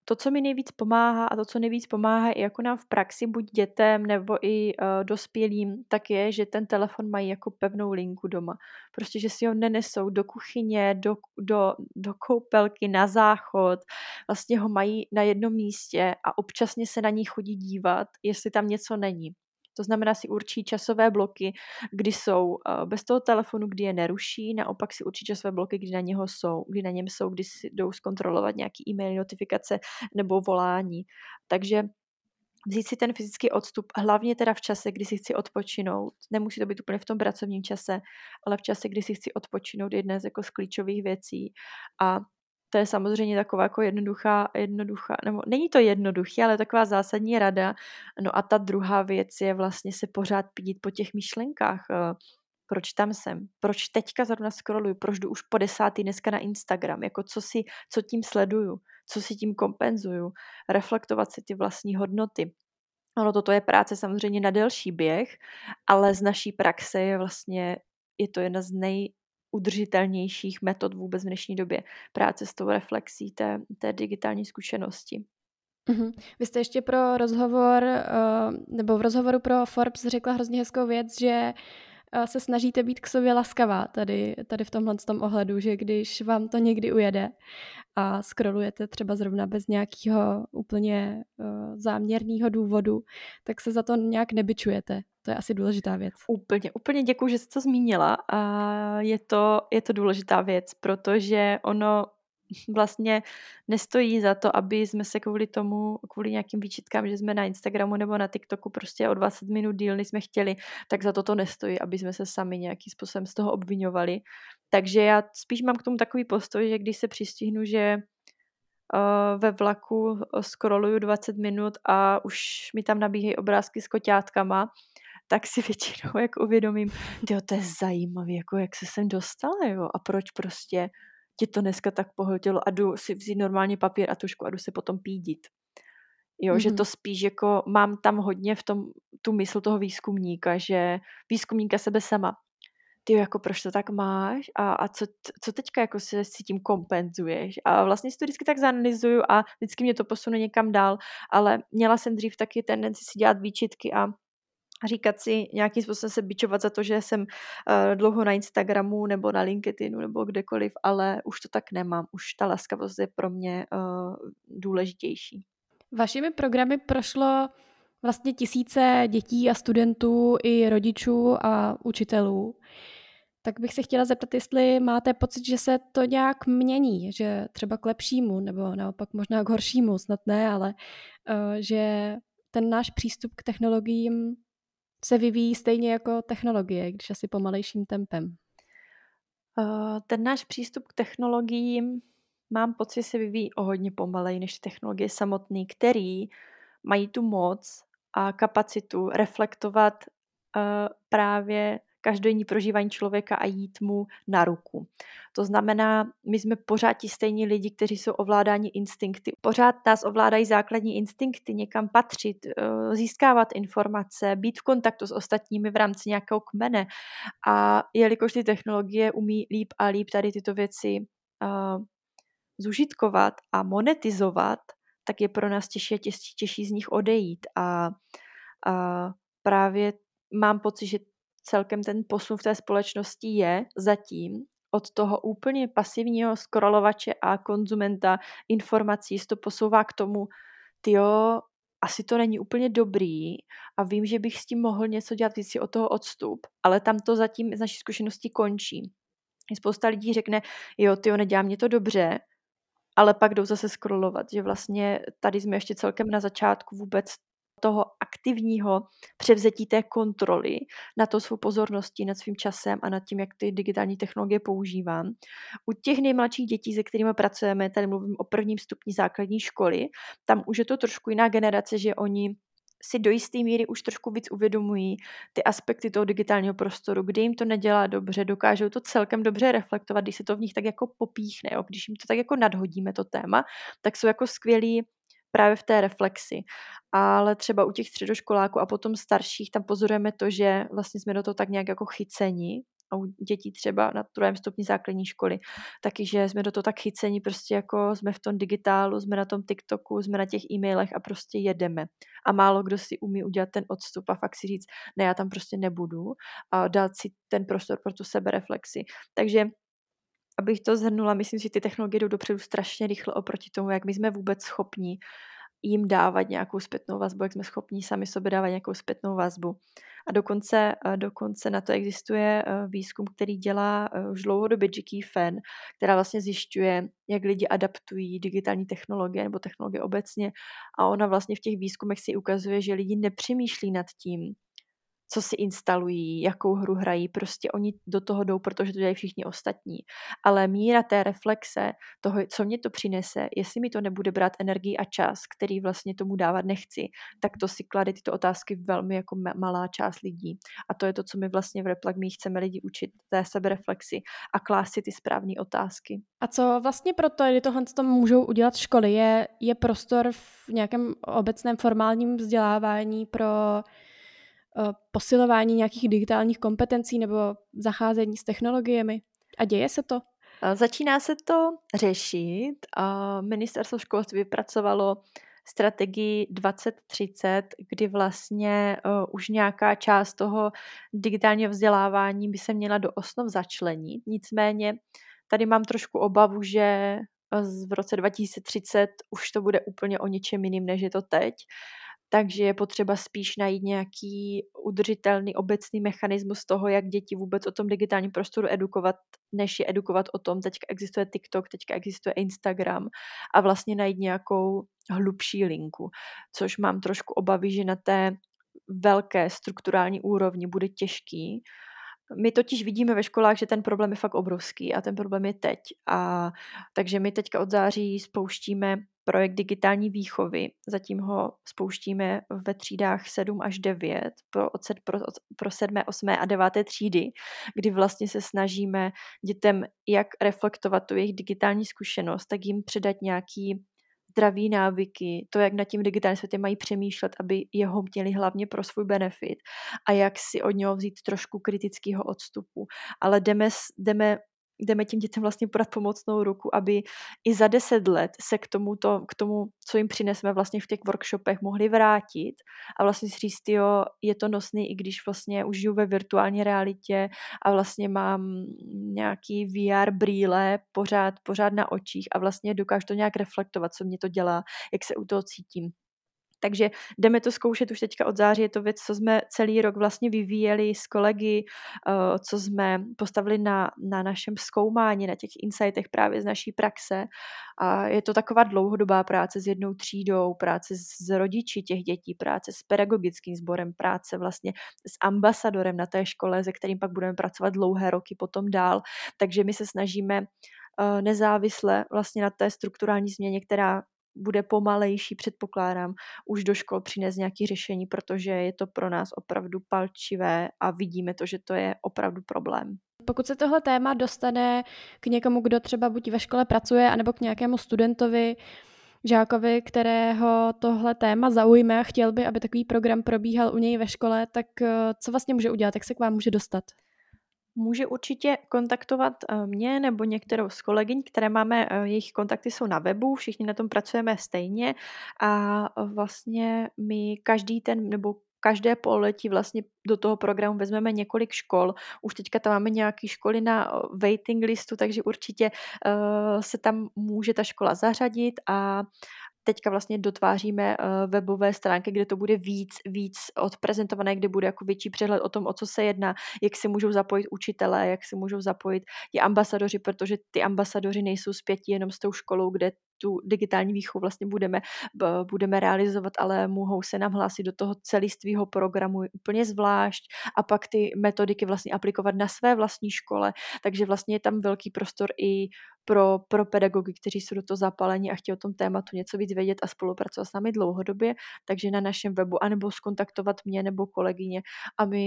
[SPEAKER 2] to, co mi nejvíc pomáhá a to, co nejvíc pomáhá i jako nám v praxi, buď dětem nebo i uh, dospělým, tak je, že ten telefon mají jako pevnou linku doma. Prostě, že si ho nenesou do kuchyně, do, do, do koupelky, na záchod, vlastně ho mají na jednom místě a občasně se na ní chodí dívat, jestli tam něco není. To znamená, si určí časové bloky, kdy jsou uh, bez toho telefonu, kdy je neruší, naopak si určí časové bloky, kdy na něho jsou, kdy na něm jsou, kdy si jdou zkontrolovat nějaký e-mail, notifikace nebo volání. Takže vzít si ten fyzický odstup, hlavně teda v čase, kdy si chci odpočinout. Nemusí to být úplně v tom pracovním čase, ale v čase, kdy si chci odpočinout, je jedna z, jako z klíčových věcí. A to je samozřejmě taková jako jednoduchá, jednoduchá, nebo není to jednoduchý, ale taková zásadní rada. No a ta druhá věc je vlastně se pořád pídit po těch myšlenkách. eh, Proč tam jsem? Proč teďka zrovna scrolluju? Proč jdu už po desátý dneska na Instagram? Jako co si, co tím sleduju? Co si tím kompenzuju? Reflektovat si ty vlastní hodnoty. Ono toto je práce samozřejmě na delší běh, ale z naší praxe je vlastně, je to jedna z nejudržitelnějších metod vůbec v dnešní době. Práce s tou reflexí té, té digitální zkušenosti.
[SPEAKER 1] Mhm. Vy jste ještě pro rozhovor, eh, nebo v rozhovoru pro Forbes řekla hrozně hezkou věc, že eh, se snažíte být k sobě laskavá tady, tady v tomhle tom ohledu, že když vám to někdy ujede a scrollujete třeba zrovna bez nějakého úplně uh, záměrného důvodu, tak se za to nějak nebičujete. To je asi důležitá věc.
[SPEAKER 2] Úplně, úplně děkuji, že jsi to zmínila. A je to, je to důležitá věc, protože ono vlastně nestojí za to, aby jsme se kvůli tomu, kvůli nějakým výčitkám, že jsme na Instagramu nebo na TikToku prostě o dvacet minut díl, než jsme chtěli, tak za to to nestojí, aby jsme se sami nějakým způsobem z toho obviňovali. Takže já spíš mám k tomu takový postoj, že když se přistihnu, že uh, ve vlaku scrolluju dvacet minut a už mi tam nabíhají obrázky s koťátkama, tak si většinou jak uvědomím, tyjo, to je zajímavý, jako jak se sem dostala, jo, a proč prostě tě to dneska tak pohltilo a jdu si vzít normálně papír a tušku a jdu se potom pídit. Jo, mm-hmm. Že to spíš jako mám tam hodně v tom tu mysl toho výzkumníka, že výzkumníka sebe sama. Ty jako proč to tak máš a, a co, co teďka jako si, si tím kompenzuješ a vlastně si to vždycky tak zanalizuju a vždycky mě to posune někam dál, ale měla jsem dřív taky tendenci si dělat výčitky a a říkat si nějakým způsobem se bičovat za to, že jsem uh, dlouho na Instagramu nebo na LinkedInu nebo kdekoliv, ale už to tak nemám. Už ta laskavost je pro mě uh, důležitější.
[SPEAKER 1] Vašimi programy prošlo vlastně tisíce dětí a studentů i rodičů a učitelů. Tak bych se chtěla zeptat, jestli máte pocit, že se to nějak mění, že třeba k lepšímu, nebo naopak možná k horšímu, snad ne, ale uh, že ten náš přístup k technologiím se vyvíjí stejně jako technologie, když asi pomalejším tempem.
[SPEAKER 2] Uh, ten náš přístup k technologiím mám pocit, že se vyvíjí o hodně pomalej než technologie samotné, který mají tu moc a kapacitu reflektovat uh, právě každodenní prožívání člověka a jít mu na ruku. To znamená, my jsme pořád ti stejní lidi, kteří jsou ovládáni instinkty. Pořád nás ovládají základní instinkty, někam patřit, získávat informace, být v kontaktu s ostatními v rámci nějakého kmene. A jelikož ty technologie umí líp a líp tady tyto věci uh, zužitkovat a monetizovat, tak je pro nás těžší a těžší, těžší z nich odejít. A, a právě mám pocit, že celkem ten posun v té společnosti je zatím od toho úplně pasivního scrollovače a konzumenta informací se to posouvá k tomu, tyjo, asi to není úplně dobrý a vím, že bych s tím mohl něco dělat, víc si od toho odstup, ale tam to zatím z naší zkušenosti končí. Spousta lidí řekne, jo, tyjo, nedělá mě to dobře, ale pak jdou zase scrollovat, že vlastně tady jsme ještě celkem na začátku vůbec toho aktivního převzetí té kontroly nad tou svou pozorností, nad svým časem a nad tím, jak ty digitální technologie používám. U těch nejmladších dětí, se kterými pracujeme, tady mluvím o prvním stupni základní školy, tam už je to trošku jiná generace, že oni si do jisté míry už trošku víc uvědomují ty aspekty toho digitálního prostoru, kde jim to nedělá dobře, dokážou to celkem dobře reflektovat, když se to v nich tak jako popíchne, jo? Když jim to tak jako nadhodíme to téma, tak jsou jako skvělí právě v té reflexi. Ale třeba u těch středoškoláků a potom starších tam pozorujeme to, že vlastně jsme do toho tak nějak jako chyceni a u dětí třeba na druhém stupni základní školy, taky, že jsme do toho tak chyceni, prostě jako jsme v tom digitálu, jsme na tom TikToku, jsme na těch e-mailech a prostě jedeme. A málo kdo si umí udělat ten odstup a fakt si říct, ne, já tam prostě nebudu a dát si ten prostor pro tu sebereflexi. Takže abych to shrnula, myslím si, že ty technologie jdou dopředu strašně rychle oproti tomu, jak my jsme vůbec schopni jim dávat nějakou zpětnou vazbu, jak jsme schopni sami sobě dávat nějakou zpětnou vazbu. A dokonce, dokonce na to existuje výzkum, který dělá už dlouhodobě Jackie Fan, která vlastně zjišťuje, jak lidi adaptují digitální technologie nebo technologie obecně. A ona vlastně v těch výzkumech si ukazuje, že lidi nepřemýšlí nad tím, co si instalují, jakou hru hrají, prostě oni do toho jdou, protože to dělají všichni ostatní. Ale míra té reflexe, toho, co mě to přinese, jestli mi to nebude brát energii a čas, který vlastně tomu dávat nechci, tak to si klade tyto otázky velmi jako malá část lidí. A to je to, co my vlastně v Replug My chceme lidi učit, té sebereflexi a klást si ty správné otázky.
[SPEAKER 1] A co vlastně proto, kdy tohle to můžou udělat školy? Je, je prostor v nějakém obecném formálním vzdělávání pro posilování nějakých digitálních kompetencí nebo zacházení s technologiemi? A děje se to?
[SPEAKER 2] Začíná se to řešit. Ministerstvo školství vypracovalo strategii dvacet třicet, kdy vlastně uh, už nějaká část toho digitálního vzdělávání by se měla do osnov začlenit. Nicméně tady mám trošku obavu, že v roce dva tisíce třicet už to bude úplně o něčem jiným, než je to teď. Takže je potřeba spíš najít nějaký udržitelný obecný mechanismus toho, jak děti vůbec o tom digitálním prostoru edukovat, než je edukovat o tom. Teďka existuje TikTok, teďka existuje Instagram a vlastně najít nějakou hlubší linku, což mám trošku obavy, že na té velké strukturální úrovni bude těžký. My totiž vidíme ve školách, že ten problém je fakt obrovský a ten problém je teď. A takže my teďka od září spouštíme projekt digitální výchovy. Zatím ho spouštíme ve třídách sedm až devět pro, pro, pro sedmé, osmé a deváté třídy, kdy vlastně se snažíme dětem jak reflektovat tu jejich digitální zkušenost, tak jim předat nějaký zdraví návyky, to, jak nad tím digitálním světem mají přemýšlet, aby jeho měli hlavně pro svůj benefit a jak si od něho vzít trošku kritického odstupu. Ale jdeme, jdeme jdeme tím dětem vlastně podat pomocnou ruku, aby i za deset let se k tomu, to, k tomu, co jim přineseme vlastně v těch workshopech, mohli vrátit a vlastně si říct, jo, je to nosný, i když vlastně už žiju ve virtuální realitě a vlastně mám nějaký V R brýle pořád, pořád na očích a vlastně dokážu to nějak reflektovat, co mě to dělá, jak se u toho cítím. Takže jdeme to zkoušet už teďka od září, je to věc, co jsme celý rok vlastně vyvíjeli s kolegy, co jsme postavili na, na našem zkoumání, na těch insightech právě z naší praxe. A je to taková dlouhodobá práce s jednou třídou, práce s rodiči těch dětí, práce s pedagogickým sborem, práce vlastně s ambasadorem na té škole, se kterým pak budeme pracovat dlouhé roky potom dál. Takže my se snažíme nezávisle vlastně na té strukturální změně, která bude pomalejší, předpokládám, už do škol přinést nějaké řešení, protože je to pro nás opravdu palčivé a vidíme to, že to je opravdu problém.
[SPEAKER 1] Pokud se tohle téma dostane k někomu, kdo třeba buď ve škole pracuje, anebo k nějakému studentovi, žákovi, kterého tohle téma zaujme a chtěl by, aby takový program probíhal u něj ve škole, tak co vlastně může udělat, jak se k vám může dostat?
[SPEAKER 2] Může určitě kontaktovat mě nebo některou z kolegyň, které máme, jejich kontakty jsou na webu, všichni na tom pracujeme stejně a vlastně my každý ten nebo každé pololetí vlastně do toho programu vezmeme několik škol. Už teďka tam máme nějaké školy na waiting listu, takže určitě uh, se tam může ta škola zařadit a teďka vlastně dotváříme uh, webové stránky, kde to bude víc, víc odprezentované, kde bude jako větší přehled o tom, o co se jedná, jak si můžou zapojit učitelé, jak si můžou zapojit i ambasadoři, protože ty ambasadoři nejsou zpětí jenom s tou školou, kde tu digitální výchovu vlastně budeme, budeme realizovat, ale mohou se nám hlásit do toho celistvého programu úplně zvlášť a pak ty metodiky vlastně aplikovat na své vlastní škole, takže vlastně je tam velký prostor i pro, pro pedagogy, kteří jsou do toho zapálení a chtějí o tom tématu něco víc vědět a spolupracovat s námi dlouhodobě, takže na našem webu anebo skontaktovat mě nebo kolegyně a my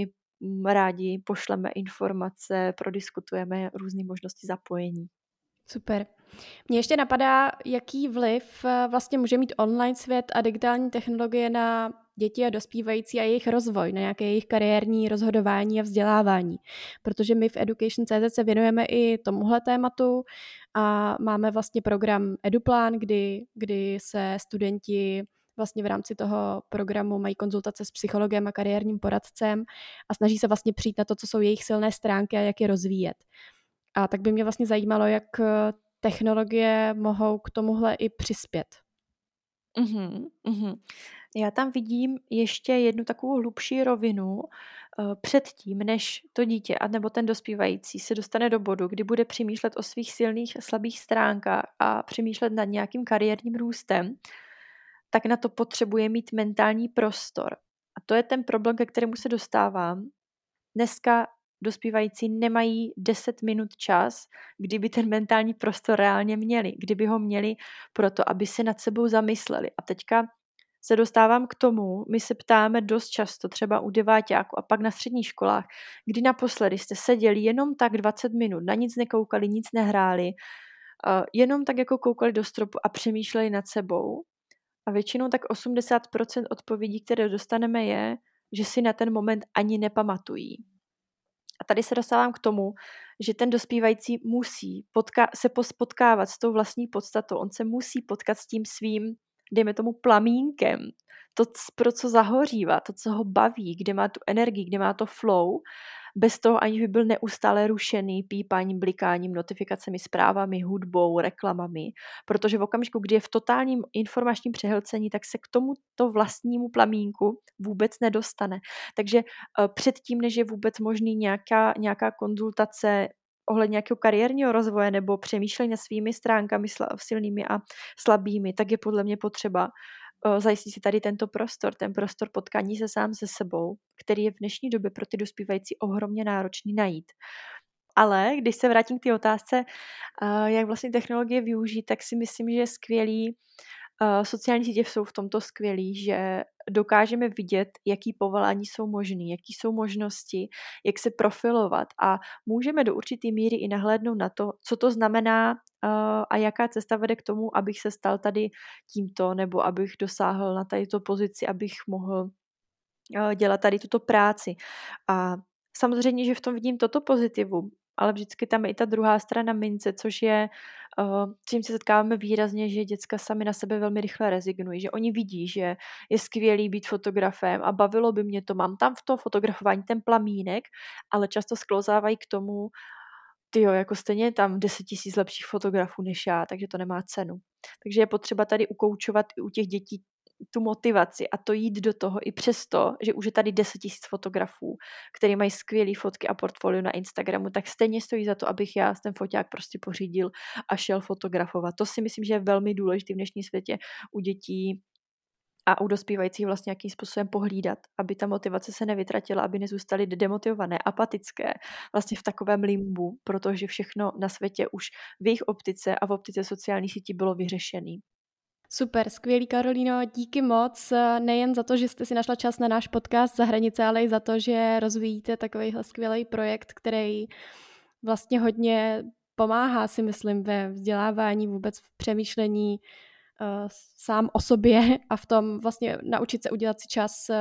[SPEAKER 2] rádi pošleme informace, prodiskutujeme různé možnosti zapojení.
[SPEAKER 1] Super. Mně ještě napadá, jaký vliv vlastně může mít online svět a digitální technologie na děti a dospívající a jejich rozvoj, na nějaké jejich kariérní rozhodování a vzdělávání. Protože my v Education tečka cé zet se věnujeme i tomuhle tématu a máme vlastně program EduPlán, kdy, kdy se studenti vlastně v rámci toho programu mají konzultace s psychologem a kariérním poradcem a snaží se vlastně přijít na to, co jsou jejich silné stránky a jak je rozvíjet. A tak by mě vlastně zajímalo, jak technologie mohou k tomuhle i přispět.
[SPEAKER 2] Uhum, uhum. Já tam vidím ještě jednu takovou hlubší rovinu uh, předtím, než to dítě a nebo ten dospívající se dostane do bodu, kdy bude přemýšlet o svých silných a slabých stránkách a přemýšlet nad nějakým kariérním růstem, tak na to potřebuje mít mentální prostor. A to je ten problém, ke kterému se dostávám. Dneska dospívající nemají deset minut čas, kdyby ten mentální prostor reálně měli, kdyby ho měli proto, aby se nad sebou zamysleli. A teďka se dostávám k tomu, my se ptáme dost často, třeba u deváťáků a pak na středních školách, kdy naposledy jste seděli jenom tak dvacet minut, na nic nekoukali, nic nehráli, jenom tak jako koukali do stropu a přemýšleli nad sebou. A většinou tak osmdesát procent odpovědí, které dostaneme, je, že si na ten moment ani nepamatují. A tady se dostávám k tomu, že ten dospívající musí potká- se potkávat s tou vlastní podstatou. On se musí potkat s tím svým, dejme tomu, plamínkem. To, pro co zahořívá, to, co ho baví, kde má tu energii, kde má to flow, bez toho, aniž by byl neustále rušený pípáním, blikáním, notifikacemi, zprávami, hudbou, reklamami. Protože v okamžiku, kdy je v totálním informačním přehlcení, tak se k tomuto vlastnímu plamínku vůbec nedostane. Takže uh, předtím, než je vůbec možný nějaká, nějaká konzultace ohledně nějakého kariérního rozvoje nebo přemýšlení nad svými stránkami silnými a slabými, tak je podle mě potřeba uh, zajistit si tady tento prostor, ten prostor potkání se sám se sebou, který je v dnešní době pro ty dospívající ohromně náročný najít. Ale když se vrátím k té otázce, uh, jak vlastně technologie využít, tak si myslím, že je skvělý. Uh, sociální sítě jsou v tomto skvělý, že dokážeme vidět, jaký povolání jsou možný, jaký jsou možnosti, jak se profilovat a můžeme do určité míry i nahlédnout na to, co to znamená uh, a jaká cesta vede k tomu, abych se stal tady tímto, nebo abych dosáhl na tady tu pozici, abych mohl uh, dělat tady tuto práci. A samozřejmě, že v tom vidím toto pozitivu, ale vždycky tam je i ta druhá strana mince, což je, uh, čím se setkáváme výrazně, že děcka sami na sebe velmi rychle rezignují, že oni vidí, že je skvělý být fotografem a bavilo by mě to, mám tam v tom fotografování ten plamínek, ale často sklouzávají k tomu, tyjo, jako stejně tam deset tisíc lepších fotografů než já, takže to nemá cenu. Takže je potřeba tady ukoučovat i u těch dětí tu motivaci a to jít do toho i přesto, že už je tady deset tisíc fotografů, který mají skvělé fotky a portfolio na Instagramu, tak stejně stojí za to, abych já ten foťák prostě pořídil a šel fotografovat. To si myslím, že je velmi důležité v dnešním světě u dětí a u dospívajících vlastně nějakým způsobem pohlídat, aby ta motivace se nevytratila, aby nezůstaly demotivované, apatické, vlastně v takovém limbu, protože všechno na světě už v jejich optice a v optice sociálních sítí bylo vyřešené.
[SPEAKER 1] Super, skvělý Karolíno, díky moc, nejen za to, že jste si našla čas na náš podcast Za hranice, ale i za to, že rozvíjíte takovýhle skvělý projekt, který vlastně hodně pomáhá, si myslím, ve vzdělávání, vůbec v přemýšlení uh, sám o sobě a v tom vlastně naučit se udělat si čas uh,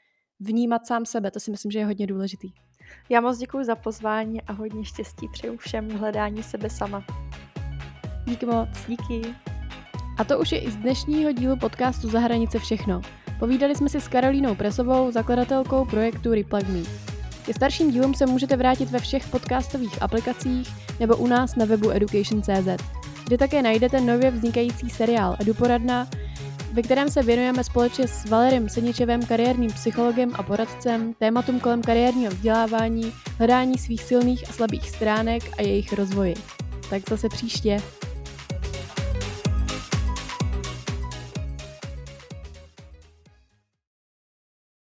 [SPEAKER 1] vnímat sám sebe, to si myslím, že je hodně důležitý.
[SPEAKER 2] Já moc děkuji za pozvání a hodně štěstí přeju všem v hledání sebe sama.
[SPEAKER 1] Díky moc.
[SPEAKER 2] Díky.
[SPEAKER 1] A to už je i z dnešního dílu podcastu Za hranice všechno. Povídali jsme si s Karolínou Presovou, zakladatelkou projektu Replug Me. Ke starším dílům se můžete vrátit ve všech podcastových aplikacích nebo u nás na webu education tečka cé zet, kde také najdete nově vznikající seriál Eduporadna, ve kterém se věnujeme společně s Valerem Seničevem, kariérním psychologem a poradcem, tématům kolem kariérního vzdělávání, hledání svých silných a slabých stránek a jejich rozvoji. Tak zase příště.